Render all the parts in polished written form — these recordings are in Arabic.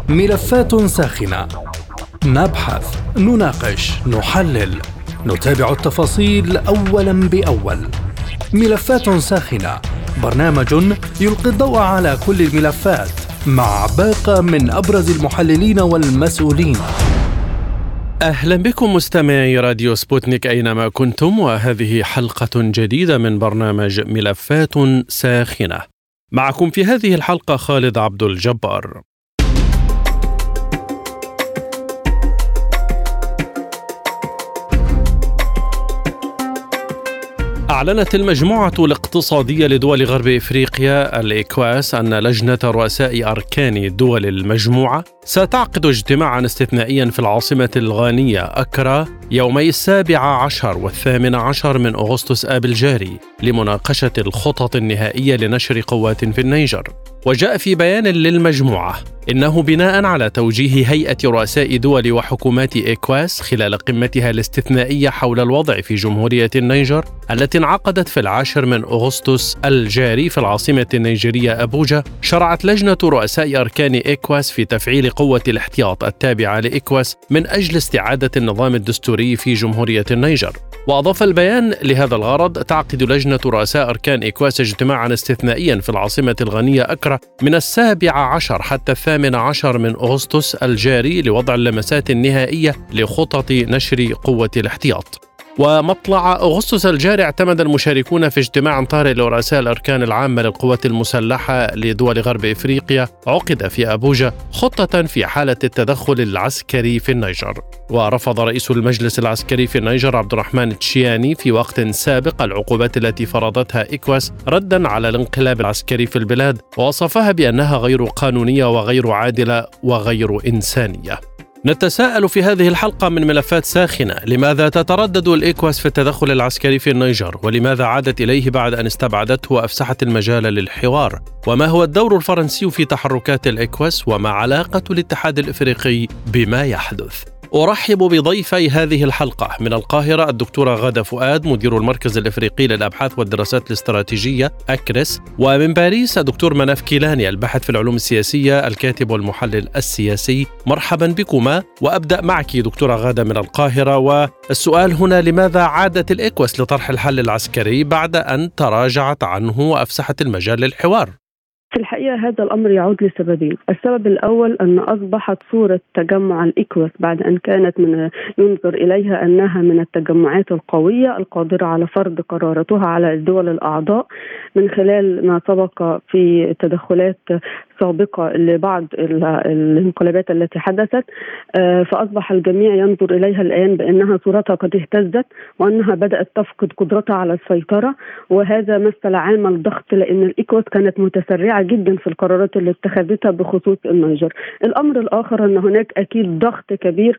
ملفات ساخنة، نبحث، نناقش، نحلل، نتابع التفاصيل أولاً بأول. ملفات ساخنة، برنامج يلقي الضوء على كل الملفات مع باقة من أبرز المحللين والمسؤولين. أهلا بكم مستمعي راديو سبوتنيك أينما كنتم، وهذه حلقة جديدة من برنامج ملفات ساخنة. معكم في هذه الحلقة خالد عبد الجبار. أعلنت المجموعة الاقتصادية لدول غرب إفريقيا الإيكواس أن لجنة رؤساء أركان دول المجموعة ستعقد اجتماعا استثنائيا في العاصمة الغانية أكرا يومي 17 و18 من أغسطس آب الجاري لمناقشة الخطط النهائية لنشر قوات في النيجر. وجاء في بيان للمجموعة إنه بناء على توجيه هيئة رؤساء دول وحكومات إيكواس خلال قمتها الاستثنائية حول الوضع في جمهورية النيجر التي انعقدت في 10 من أغسطس الجاري في العاصمة النيجيرية أبوجا، شرعت لجنة رؤساء أركان إيكواس في تفعيل قوة الاحتياط التابعة لإيكواس من أجل استعادة النظام الدستوري في جمهورية النيجر. وأضاف البيان لهذا الغرض تعقد لجنة رؤساء أركان إيكواس اجتماعا استثنائيا في العاصمة الغانية أكرا من 17 حتى 18 من أغسطس الجاري لوضع اللمسات النهائية لخطط نشر قوة الاحتياط. ومطلع أغسطس الجاري اعتمد المشاركون في اجتماع طارئ لرؤساء الأركان العامة للقوات المسلحة لدول غرب إفريقيا عقد في أبوجا خطة في حالة التدخل العسكري في النيجر. ورفض رئيس المجلس العسكري في النيجر عبد الرحمن تشياني في وقت سابق العقوبات التي فرضتها إيكواس ردا على الانقلاب العسكري في البلاد، ووصفها بأنها غير قانونية وغير عادلة وغير إنسانية. نتساءل في هذه الحلقة من ملفات ساخنة: لماذا تتردد الإيكواس في التدخل العسكري في النيجر؟ ولماذا عادت إليه بعد أن استبعدته وأفسحت المجال للحوار؟ وما هو الدور الفرنسي في تحركات الإيكواس؟ وما علاقة الاتحاد الإفريقي بما يحدث؟ أرحب بضيفي هذه الحلقة من القاهرة الدكتورة غادة فؤاد مدير المركز الإفريقي للأبحاث والدراسات الاستراتيجية أكرس، ومن باريس الدكتور مناف كيلاني الباحث في العلوم السياسية الكاتب والمحلل السياسي. مرحبا بكما. وأبدأ معك دكتورة غادة من القاهرة، والسؤال هنا: لماذا عادت الإيكواس لطرح الحل العسكري بعد أن تراجعت عنه وأفسحت المجال للحوار؟ في الحقيقة هذا الأمر يعود لسببين. السبب الأول أن أصبحت صورة تجمع الإيكواس بعد أن كانت ينظر إليها أنها من التجمعات القوية القادرة على فرض قراراتها على الدول الأعضاء من خلال ما سبق في تدخلات سابقة لبعض الانقلابات التي حدثت، فأصبح الجميع ينظر إليها الآن بأنها صورتها قد اهتزت وأنها بدأت تفقد قدرتها على السيطرة، وهذا مثل عامل ضغط لأن الإيكواس كانت متسرعة جدا في القرارات اللي اتخذتها بخصوص النيجر. الأمر الآخر أن هناك أكيد ضغط كبير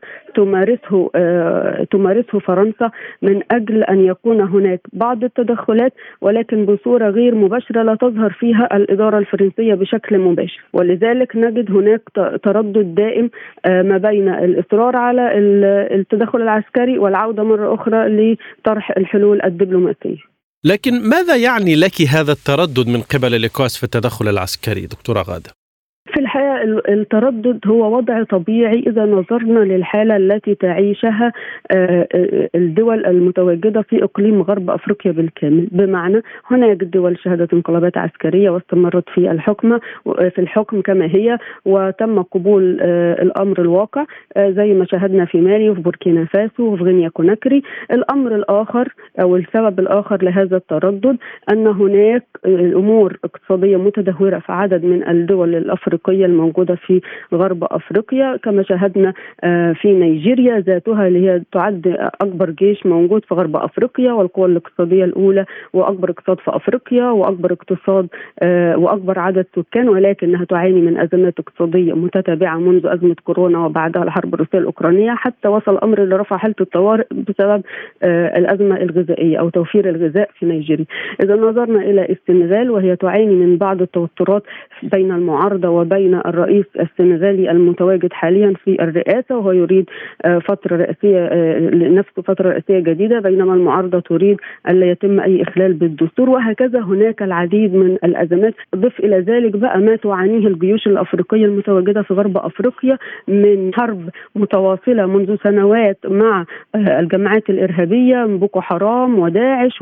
تمارسه فرنسا من أجل أن يكون هناك بعض التدخلات ولكن بصورة غير مباشرة لا تظهر فيها الإدارة الفرنسية بشكل مباشر، ولذلك نجد هناك تردد دائم ما بين الإصرار على التدخل العسكري والعودة مرة أخرى لطرح الحلول الدبلوماسية. لكن ماذا يعني لك هذا التردد من قبل الإيكواس في التدخل العسكري دكتورة غادة؟ في الحقيقة التردد هو وضع طبيعي إذا نظرنا للحالة التي تعيشها الدول المتواجدة في إقليم غرب أفريقيا بالكامل. بمعنى هناك دول شهدت انقلابات عسكرية واستمرت في الحكم كما هي، وتم قبول الأمر الواقع زي ما شاهدنا في مالي وفي بوركينا فاسو وفي غينيا كوناكري. الأمر الآخر أو السبب الآخر لهذا التردد أن هناك أمور اقتصادية متدهورة في عدد من الدول الأفريقية الموجودة في غرب أفريقيا، كما شاهدنا في نيجيريا ذاتها اللي هي تعد أكبر جيش موجود في غرب أفريقيا والقوى الاقتصادية الأولى وأكبر اقتصاد في أفريقيا وأكبر اقتصاد وأكبر عدد سكان، ولكنها تعاني من أزمات اقتصادية متتابعة منذ أزمة كورونا وبعدها الحرب الروسية الأوكرانية، حتى وصل الأمر لرفع حالة الطوارئ بسبب الأزمة الغذائية أو توفير الغذاء في نيجيريا. إذا نظرنا إلى السنغال وهي تعاني من بعض التوترات بين المعارضة وبين بين الرئيس السنغالي المتواجد حاليا في الرئاسة، وهو يريد فترة رئاسية لنفسه، فترة رئاسية جديدة، بينما المعارضة تريد ألا يتم أي إخلال بالدستور. وهكذا هناك العديد من الأزمات. ضف إلى ذلك بقى ما تعانيه الجيوش الأفريقية المتواجدة في غرب أفريقيا من حرب متواصلة منذ سنوات مع الجماعات الإرهابية، بوكو حرام وداعش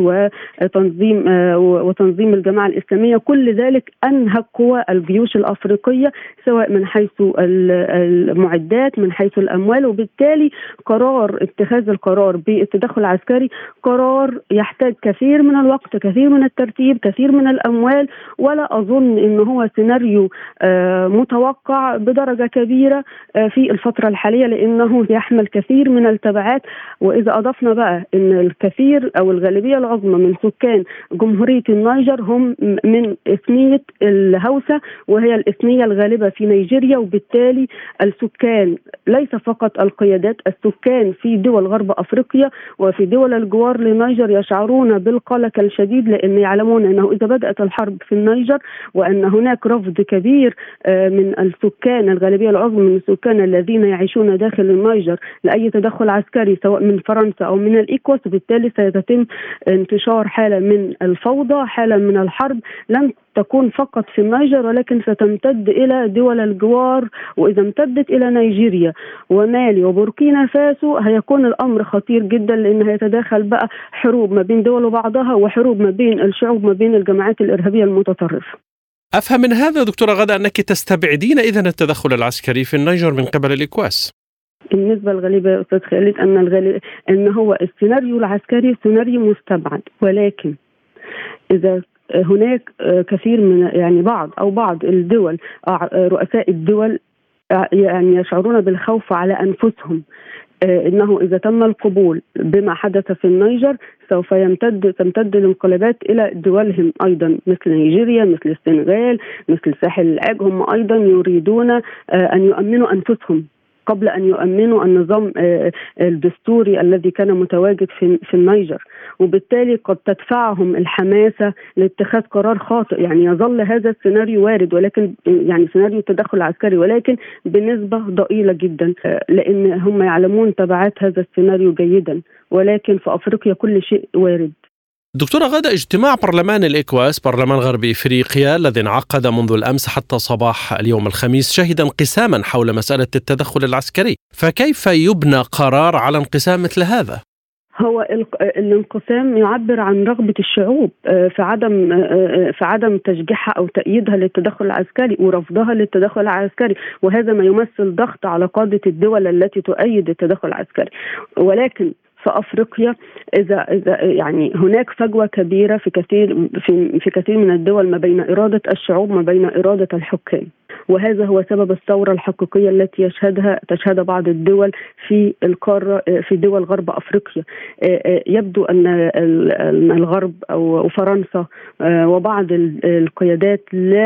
وتنظيم الجماعة الإسلامية. كل ذلك أنهك قوى الجيوش الأفريقية سواء من حيث المعدات من حيث الأموال، وبالتالي اتخاذ القرار بالتدخل العسكري قرار يحتاج كثير من الوقت، كثير من الترتيب، كثير من الأموال، ولا أظن أنه هو سيناريو متوقع بدرجة كبيرة في الفترة الحالية، لأنه يحمل كثير من التبعات. وإذا أضفنا بقى أن الكثير أو الغالبية العظمى من سكان جمهورية النيجر هم من إثنية الهوسة، وهي الإثنية الغالبة في نيجيريا، وبالتالي السكان ليس فقط القيادات، السكان في دول غرب أفريقيا وفي دول الجوار لنيجر يشعرون بالقلق الشديد، لأن يعلمون أنه إذا بدأت الحرب في النيجر وأن هناك رفض كبير من السكان، الغالبية العظمى من السكان الذين يعيشون داخل النيجر لأي تدخل عسكري سواء من فرنسا أو من الإيكواس، وبالتالي سيتم انتشار حالة من الفوضى، حالة من الحرب لن تكون فقط في النيجر ولكن ستمتد إلى دول الجوار. وإذا امتدت إلى نيجيريا ومالي وبوركينا فاسو هيكون الأمر خطير جدا، لأن هيتداخل بقى حروب ما بين دول وبعضها، وحروب ما بين الشعوب، ما بين الجماعات الإرهابية المتطرفة. أفهم من هذا دكتورة غادة أنك تستبعدين إذن التدخل العسكري في النيجر من قبل الإكواس؟ بالنسبة للغالبية يا أستاذ خالد أن هو السيناريو العسكري سيناريو مستبعد، ولكن إذا هناك كثير من بعض الدول، رؤساء الدول يعني يشعرون بالخوف على أنفسهم، إنه إذا تم القبول بما حدث في النيجر سوف تمتد الانقلابات إلى دولهم أيضا، مثل نيجيريا، مثل السنغال، مثل ساحل العاج. هم أيضا يريدون أن يؤمنوا أنفسهم قبل أن يؤمنوا النظام الدستوري الذي كان متواجد في النيجر، وبالتالي قد تدفعهم الحماسة لاتخاذ قرار خاطئ. يعني يظل هذا السيناريو وارد، ولكن يعني سيناريو التدخل العسكري، ولكن بنسبة ضئيلة جدا، لأن هم يعلمون تبعات هذا السيناريو جيدا، ولكن في أفريقيا كل شيء وارد. دكتورة غادة، اجتماع برلمان الإكواس، برلمان غرب إفريقيا، الذي انعقد منذ الأمس حتى صباح اليوم الخميس، شهد انقساما حول مسألة التدخل العسكري، فكيف يبنى قرار على انقسام مثل هذا؟ هو الانقسام يعبر عن رغبة الشعوب في عدم تشجيعها أو تأييدها للتدخل العسكري ورفضها للتدخل العسكري، وهذا ما يمثل ضغط على قادة الدول التي تؤيد التدخل العسكري. ولكن في أفريقيا إذا يعني هناك فجوة كبيرة في كثير من الدول ما بين إرادة الشعوب ما بين إرادة الحكام، وهذا هو سبب الثورة الحقيقية التي تشهد بعض الدول في القارة، في دول غرب أفريقيا. يبدو أن الغرب أو فرنسا وبعض القيادات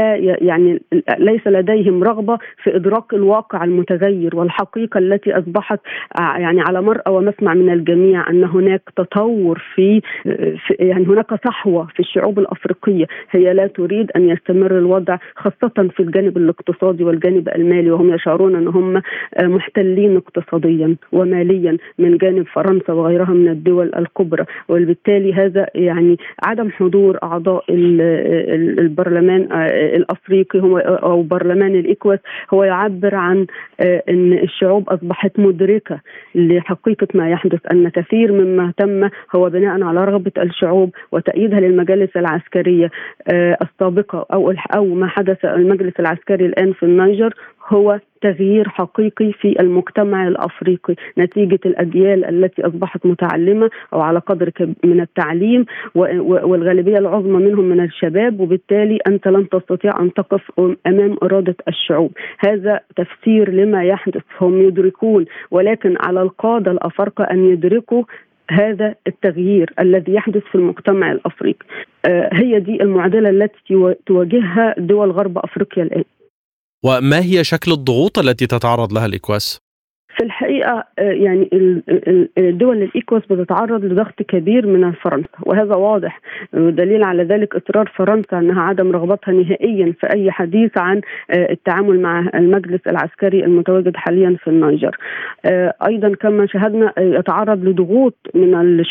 ليس لديهم رغبة في إدراك الواقع المتغير والحقيقة التي أصبحت يعني على مرأى ومسمع من الجميع، أن هناك تطور يعني هناك صحوة في الشعوب الأفريقية، هي لا تريد أن يستمر الوضع، خاصة في الجانب الاقتصادي والجانب المالي، وهم يشعرون أن هم محتلين اقتصاديا وماليا من جانب فرنسا وغيرها من الدول الكبرى. وبالتالي هذا يعني عدم حضور أعضاء البرلمان الأفريقي أو برلمان الإكواس هو يعبر عن أن الشعوب أصبحت مدركة لحقيقة ما يحدث، أن كثير مما تم هو بناء على رغبة الشعوب وتأييدها للمجالس العسكرية السابقة أو ما حدث المجلس العسكري الآن في النيجر هو تغيير حقيقي في المجتمع الأفريقي نتيجة الأجيال التي أصبحت متعلمة أو على قدر من التعليم، والغالبية العظمى منهم من الشباب، وبالتالي أنت لن تستطيع أن تقف أمام إرادة الشعوب. هذا تفسير لما يحدث، هم يدركون، ولكن على القادة الأفارقة أن يدركوا هذا التغيير الذي يحدث في المجتمع الأفريقي. هي دي المعضلة التي تواجهها دول غرب أفريقيا الآن. وما هي شكل الضغوط التي تتعرض لها الإكواس؟ في الحقيقة يعني الدول الإيكواس بتتعرض لضغط كبير من فرنسا، وهذا واضح. ودليل على ذلك إصرار فرنسا أنها عدم رغبتها نهائيا في أي حديث عن التعامل مع المجلس العسكري المتواجد حاليا في النيجر. أيضا كما شاهدنا يتعرض لضغوط من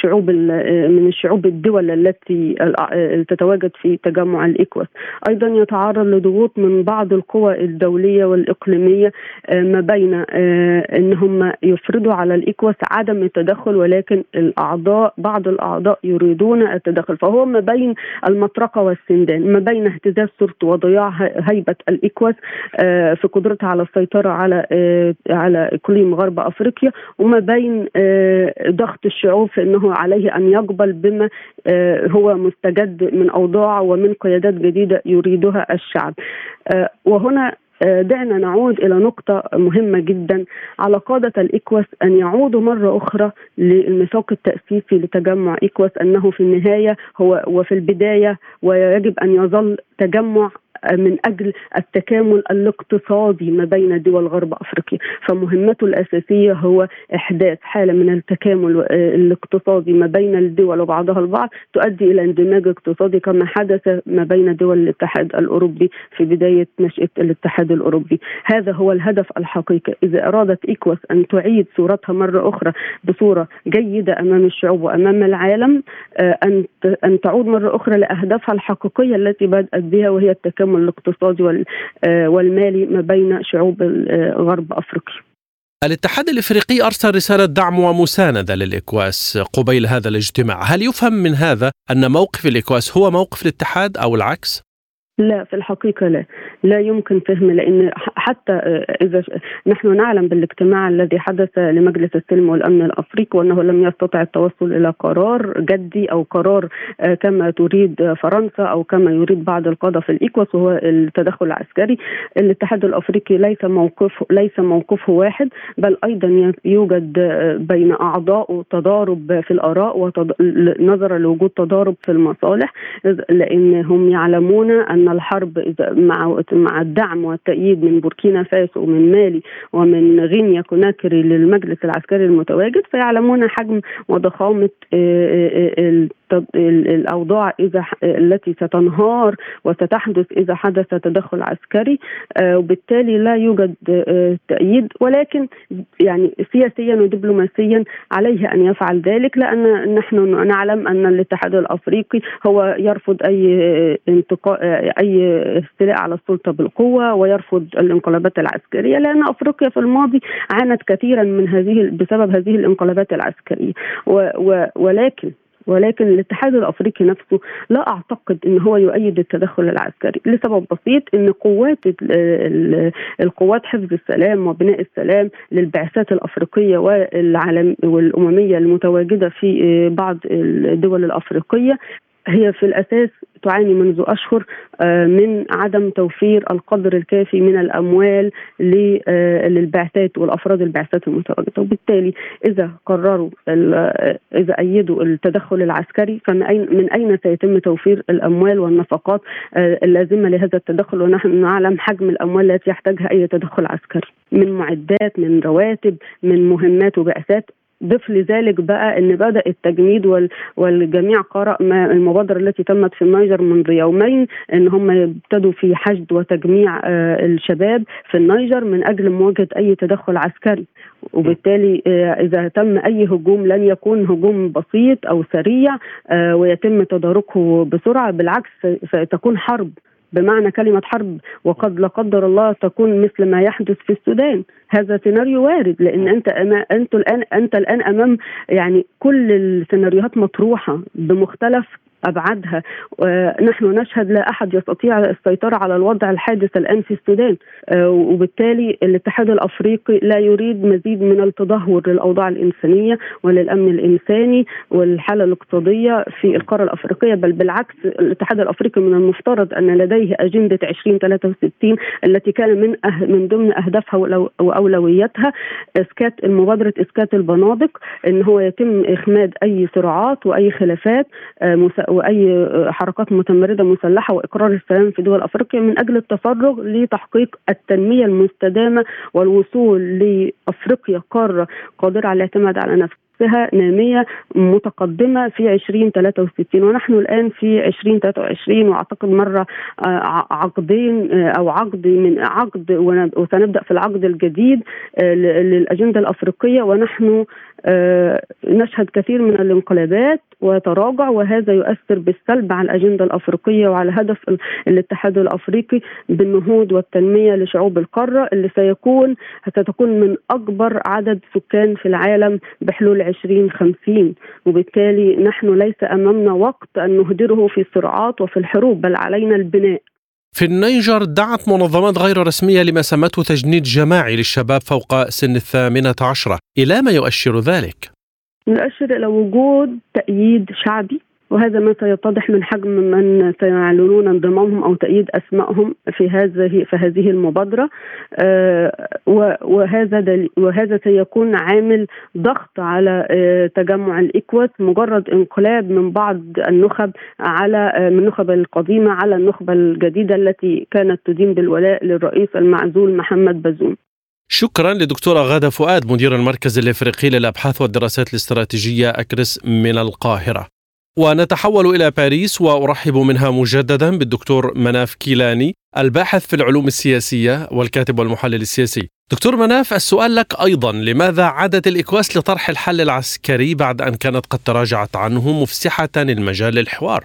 الشعوب الدول التي تتواجد في تجمع الإيكواس. أيضا يتعرض لضغوط من بعض القوى الدولية والإقليمية ما بين ان هم يفرضوا على الإيكواس عدم التدخل، ولكن بعض الأعضاء يريدون التدخل. فهو ما بين المطرقة والسندان، ما بين اهتزاز صورته وضياع هيبة الإيكواس في قدرتها على السيطرة على إقليم غرب أفريقيا، وما بين ضغط الشعوب في أنه عليه أن يقبل بما هو مستجد من أوضاع ومن قيادات جديدة يريدها الشعب. وهنا دعنا نعود إلى نقطة مهمة جدا على قادة الإيكواس أن يعودوا مرة أخرى للميثاق التأسيسي لتجمع إيكواس، أنه في النهاية هو وفي البداية ويجب أن يظل تجمع من أجل التكامل الاقتصادي ما بين دول غرب أفريقيا. فمهمته الأساسية هو إحداث حالة من التكامل الاقتصادي ما بين الدول وبعضها البعض تؤدي إلى اندماج اقتصادي كما حدث ما بين دول الاتحاد الأوروبي في بداية نشأة الاتحاد الأوروبي. هذا هو الهدف الحقيقي. إذا أرادت إيكواس أن تعيد صورتها مرة أخرى بصورة جيدة أمام الشعوب وأمام العالم، أن تعود مرة أخرى لأهدافها الحقيقية التي بدأت بها، وهي التكامل الاقتصادي والمالي ما بين شعوب غرب أفريقيا. الاتحاد الإفريقي أرسل رسالة دعم ومساندة للإكواس قبيل هذا الاجتماع. هل يفهم من هذا أن موقف الإكواس هو موقف الاتحاد أو العكس؟ لا، في الحقيقة لا يمكن فهم، لأن حتى إذا نحن نعلم بالاجتماع الذي حدث لمجلس السلم والأمن الأفريقي وأنه لم يستطع التوصل إلى قرار جدي أو قرار كما تريد فرنسا أو كما يريد بعض القادة في الإيكواس، وهو التدخل العسكري. الاتحاد الأفريقي ليس موقفه واحد، بل أيضا يوجد بين أعضاء تضارب في الآراء نظرا لوجود تضارب في المصالح، لأنهم يعلمون أن الحرب مع الدعم والتأييد من بوركينا فاسو ومن مالي ومن غينيا كوناكري للمجلس العسكري المتواجد، فيعلمون حجم وضخامة الأوضاع التي ستنهار وستحدث إذا حدث تدخل عسكري. وبالتالي لا يوجد تأييد، ولكن يعني سياسيا ودبلوماسيا عليه أن يفعل ذلك، لأن نحن نعلم أن الاتحاد الأفريقي هو يرفض أي استيلاء على السلطة بالقوة، ويرفض الانقلابات العسكرية، لأن أفريقيا في الماضي عانت كثيرا بسبب هذه الانقلابات العسكرية. ولكن الاتحاد الأفريقي نفسه لا أعتقد أنه هو يؤيد التدخل العسكري لسبب بسيط، أن القوات حفظ السلام وبناء السلام للبعثات الأفريقية والأممية المتواجدة في بعض الدول الأفريقية هي في الأساس تعاني منذ أشهر من عدم توفير القدر الكافي من الأموال للبعثات والأفراد البعثات المتواجدة. وبالتالي إذا أيدوا التدخل العسكري فمن أين سيتم توفير الأموال والنفقات اللازمة لهذا التدخل؟ ونحن نعلم حجم الأموال التي يحتاجها أي تدخل عسكري من معدات، من رواتب، من مهمات وبعثات. ضف لذلك بقى أن بدأ التجنيد والجميع قرأ المبادرة التي تمت في النيجر منذ يومين، أن هم يبتدوا في حشد وتجميع الشباب في النيجر من أجل مواجهة أي تدخل عسكري. وبالتالي إذا تم أي هجوم لن يكون هجوم بسيط أو سريع ويتم تداركه بسرعة، بالعكس ستكون حرب بمعنى كلمة حرب، وقد لا قدر الله تكون مثل ما يحدث في السودان. هذا سيناريو وارد، لأن أنت الآن أمام يعني كل السيناريوهات مطروحة بمختلف أبعادها. ونحن نشهد لا أحد يستطيع السيطرة على الوضع الحادث الآن في السودان، وبالتالي الاتحاد الأفريقي لا يريد مزيد من التدهور للأوضاع الإنسانية وللأمن الإنساني والحالة الاقتصادية في القارة الأفريقية، بل بالعكس الاتحاد الأفريقي من المفترض أن لديه أجندة 2063 التي كان من ضمن أهدافها وأولوياتها مبادرة إسكات البنادق، أن هو يتم إخماد أي صراعات وأي خلافات وأي حركات متمردة مسلحة وإقرار السلام في دول أفريقيا من أجل التفرغ لتحقيق التنمية المستدامة والوصول لأفريقيا قارة قادرة على الاعتماد على نفسها نامية متقدمة في 2063. ونحن الآن في 2023، وأعتقد مرة عقدين أو عقد وسنبدأ في العقد الجديد للأجندة الأفريقية، ونحن نشهد كثير من الانقلابات وتراجع، وهذا يؤثر بالسلب على الأجندة الأفريقية وعلى هدف الاتحاد الأفريقي بالنهوض والتنمية لشعوب القارة اللي ستكون من أكبر عدد سكان في العالم بحلول 2050. وبالتالي نحن ليس أمامنا وقت أن نهدره في الصراعات وفي الحروب، بل علينا البناء. في النيجر دعت منظمات غير رسمية لما سمته تجنيد جماعي للشباب فوق سن 18. إلى ما يؤشر ذلك؟ يؤشر إلى وجود تأييد شعبي، وهذا ما سيتضح من حجم من سيعلنون انضمامهم أو تأييد أسمائهم في هذه المبادرة. وهذا سيكون عامل ضغط على تجمع الإكواس. مجرد انقلاب من بعض النخب من النخب القديمة على النخبة الجديدة التي كانت تدين بالولاء للرئيس المعزول محمد بازوم. شكرا لدكتورة غادة فؤاد، مدير المركز الإفريقي للأبحاث والدراسات الاستراتيجية أكرس من القاهرة. ونتحول إلى باريس وأرحب منها مجددا بالدكتور مناف كيلاني، الباحث في العلوم السياسية والكاتب والمحلل السياسي. دكتور مناف، السؤال لك أيضا: لماذا عادت الإكواس لطرح الحل العسكري بعد أن كانت قد تراجعت عنه مفسحة المجال للحوار؟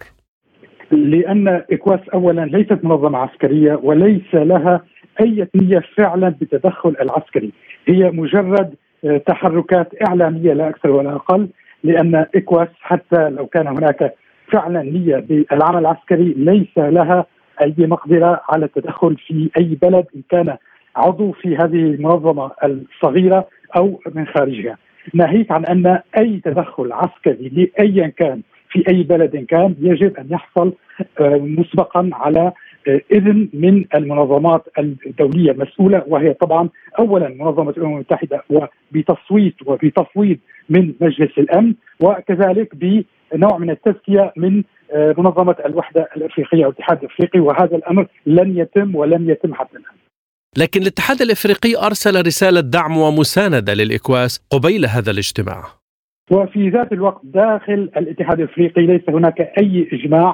لأن إكواس أولا ليست منظمة عسكرية وليس لها أي نية فعلا بالتدخل العسكري، هي مجرد تحركات إعلامية لا أكثر ولا أقل. لأن إكواس حتى لو كان هناك فعلا نية بالعمل العسكري ليس لها أي مقدرة على التدخل في أي بلد إن كان عضو في هذه المنظمة الصغيرة أو من خارجها، ناهيك عن أن أي تدخل عسكري لأيا كان في أي بلد كان يجب أن يحصل مسبقا على إذن من المنظمات الدولية المسؤولة، وهي طبعا أولا منظمة الأمم المتحدة وبتصويت وبتفويض من مجلس الأمن، وكذلك بنوع من التزكية من منظمة الوحدة الأفريقية أو الاتحاد الأفريقي، وهذا الأمر لن يتم ولم يتم حتى الآن. لكن الاتحاد الأفريقي أرسل رسالة دعم ومساندة للإكواس قبيل هذا الاجتماع، وفي ذات الوقت داخل الاتحاد الافريقي ليس هناك اي اجماع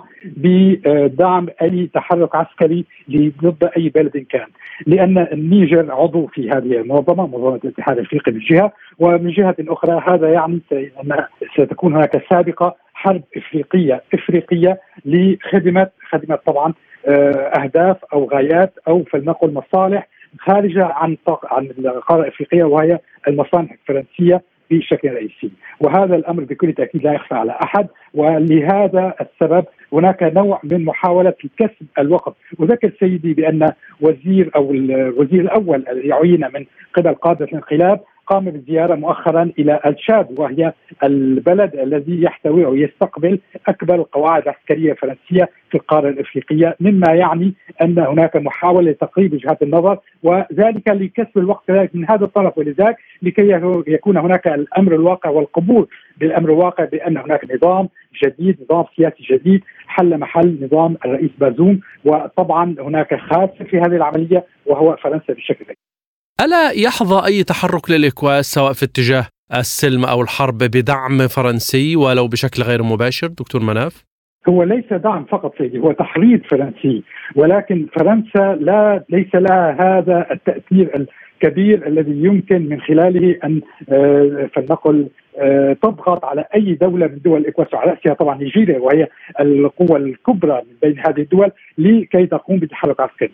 بدعم اي تحرك عسكري ضد اي بلد كان، لان النيجر عضو في هذه المنظمه، منظمه الاتحاد الافريقي من جهه، ومن جهه اخرى هذا يعني ان ستكون هناك سابقه حرب افريقيه لخدمه طبعا اهداف او غايات او فلنقل مصالح خارجه عن القاره الافريقيه، وهي المصالح الفرنسيه بشكل رئيسي. وهذا الأمر بكل تأكيد لا يخفى على أحد، ولهذا السبب هناك نوع من محاولة كسب الوقت. وذكر سيدي بأن الوزير الأول الذي عين من قبل قادة الانقلاب قام بالزيارة مؤخرا إلى التشاد، وهي البلد الذي يحتوي أو يستقبل أكبر القواعد العسكرية الفرنسية في القارة الأفريقية، مما يعني أن هناك محاولة لتقريب وجهات النظر، وذلك لكسب الوقت من هذا الطرف، ولذلك لكي يكون هناك الأمر الواقع والقبول بالأمر الواقع بأن هناك نظام جديد، نظام سياسي جديد حل محل نظام الرئيس بازوم. وطبعا هناك خاسر في هذه العملية وهو فرنسا بشكل كبير. ألا يحظى أي تحرك للإكواس سواء في اتجاه السلم أو الحرب بدعم فرنسي ولو بشكل غير مباشر دكتور مناف؟ هو ليس دعم فقط سيدي، هو تحريض فرنسي، ولكن فرنسا ليس لها هذا التأثير الكبير الذي يمكن من خلاله أن فلنقل تضغط على أي دولة من دول الإكواس، وعلى رأسها طبعا نيجيريا وهي القوة الكبرى من بين هذه الدول، لكي تقوم بتحرك عسكري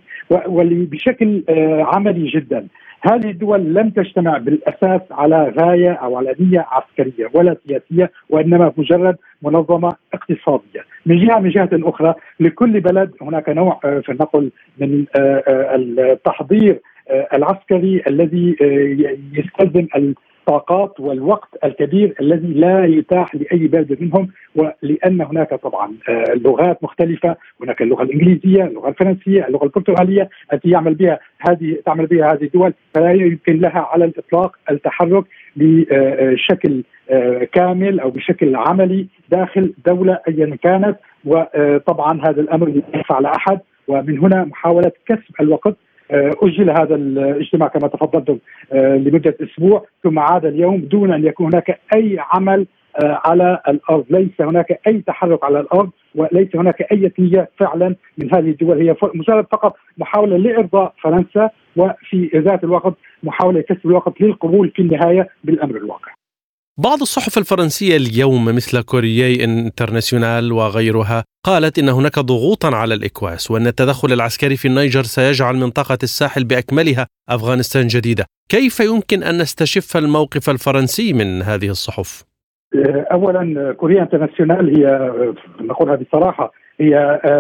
بشكل عملي جدا. هذه الدول لم تجتمع بالأساس على غاية أو على نية عسكرييه ولا سياسية، وإنما مجرد منظمة اقتصادية. من جهة أخرى لكل بلد هناك نوع فلنقل من التحضير العسكري الذي يستلزم الطاقات والوقت الكبير الذي لا يتاح لأي بلد منهم، ولأن هناك طبعا لغات مختلفة، هناك اللغة الإنجليزية، اللغة الفرنسية، اللغة البرتغالية التي تعمل بها هذه الدول، فلا يمكن لها على الإطلاق التحرك بشكل كامل أو بشكل عملي داخل دولة أيا كانت. وطبعا هذا الأمر لا ينفع على أحد، ومن هنا محاولة كسب الوقت. أجل هذا الاجتماع كما تفضلتم لمدة أسبوع، ثم عاد اليوم دون أن يكون هناك أي عمل على الأرض. ليس هناك أي تحرك على الأرض، وليس هناك أي نية فعلا من هذه الدول، هي مجرد فقط محاولة لإرضاء فرنسا، وفي ذات الوقت محاولة كسب الوقت للقبول في النهاية بالأمر الواقع. بعض الصحف الفرنسية اليوم مثل كوريي انترناسيونال وغيرها قالت إن هناك ضغوطا على الإكواس، وأن التدخل العسكري في النيجر سيجعل منطقة الساحل بأكملها أفغانستان جديدة. كيف يمكن أن نستشف الموقف الفرنسي من هذه الصحف؟ أولا كوريا انترناسيونال هي نقولها بصراحة هي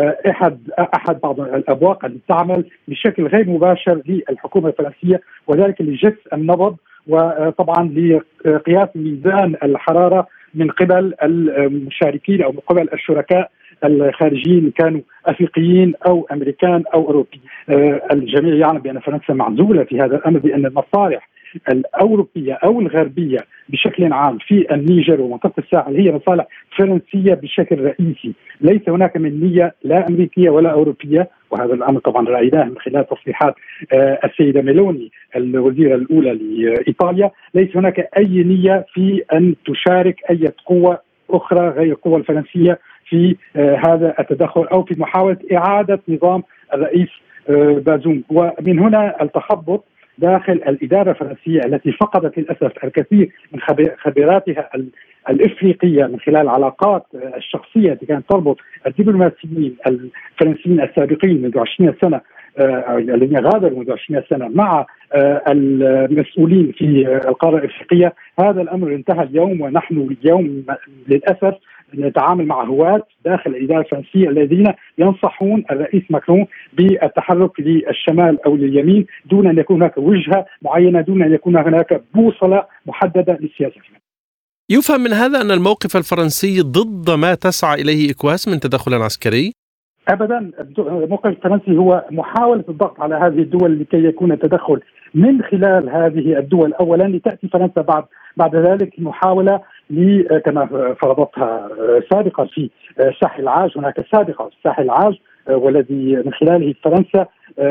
أحد بعض الأبواق التي تعمل بشكل غير مباشر للحكومة الفرنسية، وذلك لجس النبض وطبعا لقياس ميزان الحرارة من قبل المشاركين أو من قبل الشركاء الخارجيين، كانوا أفريقيين أو أمريكان أو أوروبي. الجميع يعلم بأن فرنسا معزولة في هذا الأمر، بأن المصالح الأوروبية أو الغربية بشكل عام في النيجر ومنطقة الساحل هي مصالح فرنسية بشكل رئيسي. ليس هناك من نية لا أمريكية ولا أوروبية، وهذا الأمر طبعا رأيناه من خلال تصريحات السيدة ميلوني الوزيرة الأولى لإيطاليا. ليس هناك أي نية في أن تشارك أي قوة أخرى غير القوة الفرنسية في هذا التدخل أو في محاولة إعادة نظام الرئيس بازوم. ومن هنا التخبط داخل الإدارة الفرنسية التي فقدت للأسف الكثير من خبراتها الإفريقية من خلال العلاقات الشخصية التي كانت تربط الدبلوماسيين الفرنسيين السابقين منذ 20 سنة الذين غادروا منذ 20 سنة مع المسؤولين في القارة الإفريقية. هذا الأمر انتهى اليوم، ونحن اليوم للأسف نتعامل مع هواة داخل الإدارة الفرنسية الذين ينصحون الرئيس ماكرون بالتحرك للشمال أو لليمين دون أن يكون هناك وجهة معينة، دون أن يكون هناك بوصلة محددة للسياسة. يفهم من هذا أن الموقف الفرنسي ضد ما تسعى إليه إكواس من تدخل عسكري؟ أبدا، الموقف الفرنسي هو محاولة الضغط على هذه الدول لكي يكون التدخل من خلال هذه الدول أولا، لتأتي فرنسا بعد ذلك محاولة كما فرضتها سابقا في ساحل العاج. هناك سابقة ساحل العاج والذي من خلاله فرنسا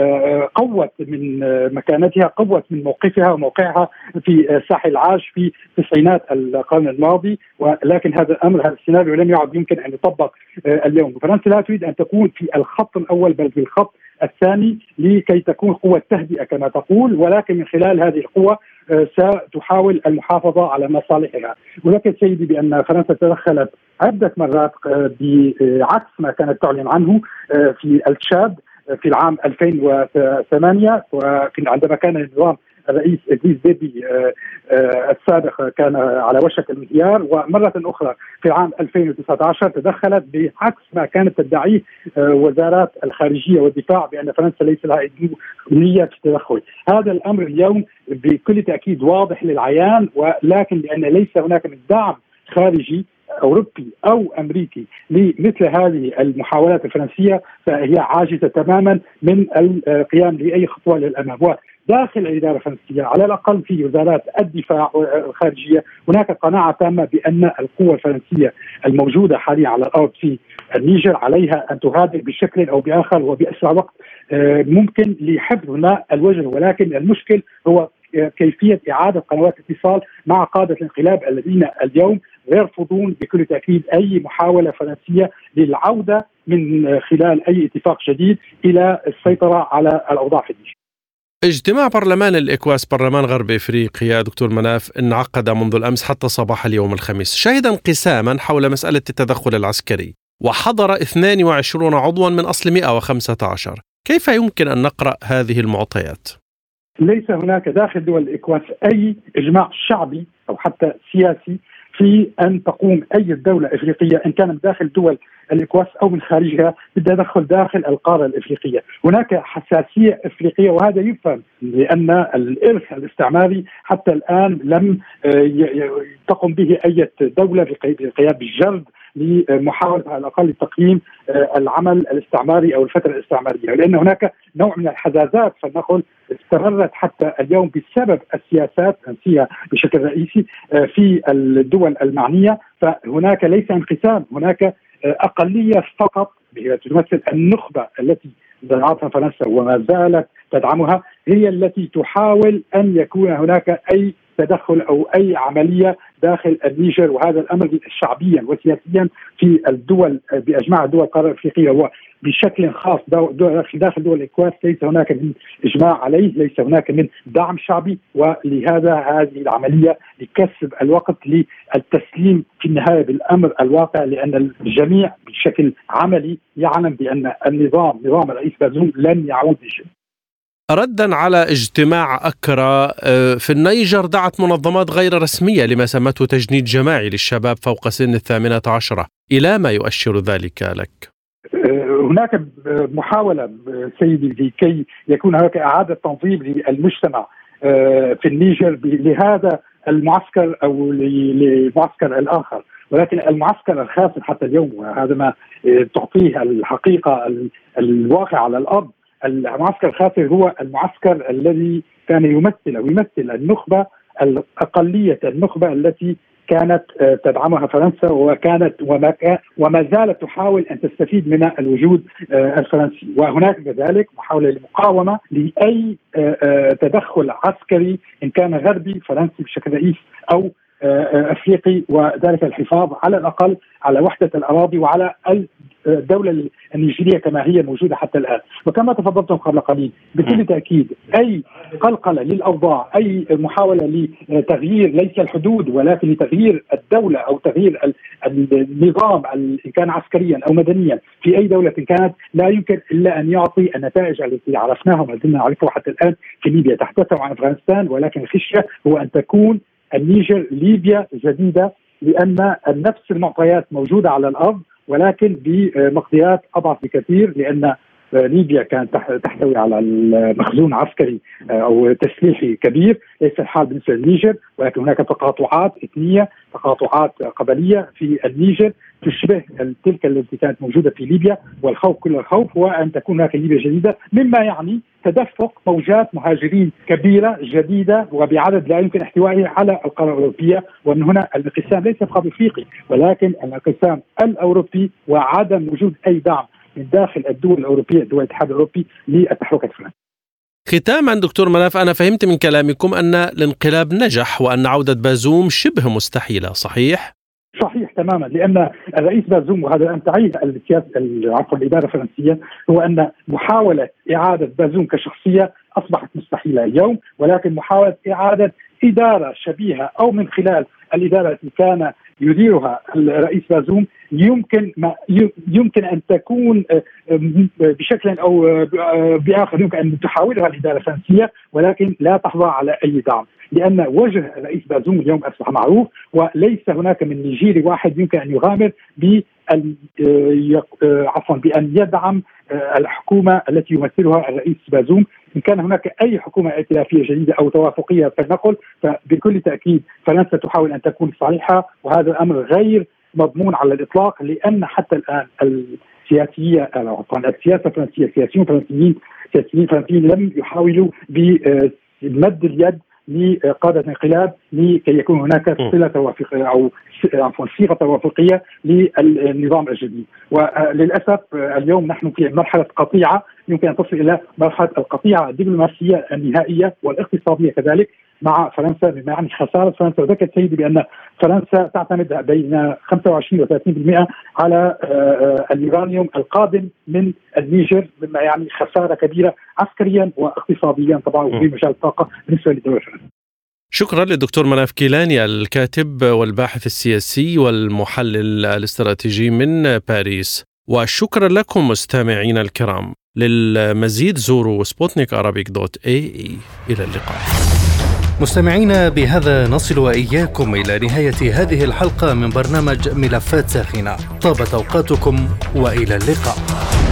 قوت من مكانتها، قوت من موقفها وموقعها في ساحل العاج في تسعينات القرن الماضي، ولكن هذا الأمر، هذا السيناريو لم يعد يمكن أن يطبق اليوم. فرنسا لا تريد أن تكون في الخط الأول بل في الخط الثاني لكي تكون قوة تهدئة كما تقول، ولكن من خلال هذه القوة ستحاول المحافظة على مصالحها. ولكن سيدي بأن فرنسا تدخلت عدة مرات بعكس ما كانت تعلن عنه في التشاد في العام 2008 عندما كان النظام الرئيس إدريس ديبي السابق كان على وشك الانهيار، ومرة أخرى في العام 2019 تدخلت بعكس ما كانت تدعيه وزارات الخارجية والدفاع بأن فرنسا ليس لها نية في التدخل. هذا الأمر اليوم بكل تأكيد واضح للعيان، ولكن لأن ليس هناك من دعم خارجي أوروبي أو أمريكي لمثل هذه المحاولات الفرنسية فهي عاجزة تماما من القيام بأي خطوة للأمام. داخل الإدارة الفرنسية على الأقل في وزارات الدفاع والخارجية هناك قناعة تامة بأن القوة الفرنسية الموجودة حاليا على الأرض في النيجر عليها أن تغادر بشكل أو بآخر وبأسرع وقت ممكن لحفظ ماء الوجه. ولكن المشكل هو كيفية إعادة قنوات الاتصال مع قادة الانقلاب الذين اليوم يرفضون بكل تأكيد أي محاولة فرنسية للعودة من خلال أي اتفاق جديد إلى السيطرة على الأوضاع في النيجر. اجتماع برلمان الإكواس برلمان غرب إفريقيا دكتور مناف انعقد منذ الأمس حتى صباح اليوم الخميس، شهد انقساما حول مسألة التدخل العسكري، وحضر 22 عضوا من أصل 115. كيف يمكن أن نقرأ هذه المعطيات؟ ليس هناك داخل دول الإكواس أي إجماع شعبي أو حتى سياسي في أن تقوم أي دولة إفريقية إن كان من داخل دول الإكواس أو من خارجها بالتدخل داخل القارة الإفريقية. هناك حساسية إفريقية وهذا يفهم، لأن الإرث الاستعماري حتى الآن لم تقم به أي دولة بالقيام بالجرد لمحاولة على الأقل تقييم العمل الاستعماري أو الفترة الاستعمارية، لأن هناك نوع من الحزازات فلنقل استمرت حتى اليوم بسبب السياسات السياسية بشكل رئيسي في الدول المعنية. فهناك ليس انقسام، هناك أقلية فقط تمثل النخبة التي دعمتها فرنسا وما زالت تدعمها، هي التي تحاول أن يكون هناك أي تدخل أو أي عملية داخل النيجر، وهذا الأمر شعبيا وسياسيا في الدول بأجمع الدول القارة الأفريقية وبشكل خاص داخل دول الإكواس ليس هناك من إجماع عليه، ليس هناك من دعم شعبي، ولهذا هذه العملية لكسب الوقت للتسليم في النهاية بالأمر الواقع، لأن الجميع بشكل عملي يعلم بأن نظام الرئيس بازوم لن يعود بشيء. ردا على اجتماع أكرا في النيجر، دعت منظمات غير رسمية لما سمته تجنيد جماعي للشباب فوق سن 18. إلى ما يؤشر ذلك لك؟ هناك محاولة سيدي لكي يكون هناك إعادة تنظيم للمجتمع في النيجر لهذا المعسكر أو للمعسكر الآخر، ولكن المعسكر الخاسر حتى اليوم، وهذا ما تعطيه الحقيقة الواقع على الأرض، المعسكر الخاسر هو المعسكر الذي كان يمثل النخبة الأقلية، النخبة التي كانت تدعمها فرنسا وما زالت تحاول أن تستفيد من الوجود الفرنسي. وهناك كذلك محاولة للمقاومة لأي تدخل عسكري إن كان غربي فرنسي بشكل رئيس أو أفريقي، وذلك الحفاظ على الأقل على وحدة الأراضي وعلى الدولة النيجيرية كما هي موجودة حتى الآن. وكما تفضلتم قبل قليل بكل تأكيد أي قلقلة للأوضاع، أي محاولة لتغيير ليس الحدود ولكن لتغيير الدولة أو تغيير النظام إن كان عسكريا أو مدنيا في أي دولة كانت، لا يمكن إلا أن يعطي النتائج التي عرفناها وما زلنا نعرفها حتى الآن في ليبيا. تحدثوا عن أفغانستان، ولكن الخشية هو أن تكون النيجر ليبيا جديدة، لأن نفس المعطيات موجودة على الأرض ولكن بمقضيات أضعف بكثير، لأن ليبيا كانت تحتوي على مخزون عسكري أو تسليحي كبير، ليس الحال بالنسبة للنيجر، ولكن هناك تقاطعات إثنية، تقاطعات قبلية في النيجر تشبه تلك التي كانت موجودة في ليبيا، والخوف كل الخوف هو أن تكون هناك ليبيا جديدة، مما يعني تدفق موجات مهاجرين كبيرة جديدة وبعدد لا يمكن احتوائه على القارة الأوروبية. ومن هنا الانقسام ليس فقط افريقي ولكن الانقسام الأوروبي وعدم وجود أي دعم من داخل الدول الأوروبية، دول الاتحاد الأوروبي للتحرك الفرنسي. ختاما دكتور مناف، أنا فهمت من كلامكم أن الانقلاب نجح وأن عودة بازوم شبه مستحيلة، صحيح؟ صحيح تماما، لأن الرئيس بازوم، وهذا أن تعيه الإدارة الفرنسية، هو أن محاولة إعادة بازوم كشخصية أصبحت مستحيلة اليوم، ولكن محاولة إعادة إدارة شبيهة أو من خلال الإدارة التي كان يديرها الرئيس بازوم يمكن أن تكون بشكل أو بآخر يمكن أن تحاولها الإدارة الفرنسية، ولكن لا تحظى على أي دعم، لأن وجه الرئيس بازوم اليوم أصبح معروف، وليس هناك من نيجيري واحد يمكن أن يغامر بأن يدعم الحكومة التي يمثلها الرئيس بازوم. إن كان هناك أي حكومة ائتلافية جديدة أو توافقية فلنقل، فبكل تأكيد فرنسا تحاول أن تكون صريحة، وهذا الأمر غير مضمون على الإطلاق، لأن حتى الآن السياسية الفرنسية السياسيين الفرنسيين لم يحاولوا بمد اليد لقادة الانقلاب لكي يكون هناك صلة توافقية أو صيغة توافقية للنظام الجديد. وللأسف اليوم نحن في مرحلة قطيعة، يمكن أن تصل إلى مرحلة القطيعة الدبلوماسية النهائية والاقتصادية كذلك مع فرنسا، بما يعني خسارة فرنسا. وذكر سيدي بأن فرنسا تعتمد بين 25 و 30% على اليورانيوم القادم من النيجر، مما يعني خسارة كبيرة عسكريا واقتصاديا طبعا وفي مجال الطاقة بالنسبة للدولة الفرنسية. شكرا للدكتور مناف كيلاني، الكاتب والباحث السياسي والمحلل الاستراتيجي من باريس. وشكرا لكم مستمعينا الكرام. للمزيد زوروا sputnikarabic.ae. إلى اللقاء. مستمعينا، بهذا نصل وإياكم إلى نهاية هذه الحلقة من برنامج ملفات ساخنة. طابت أوقاتكم وإلى اللقاء.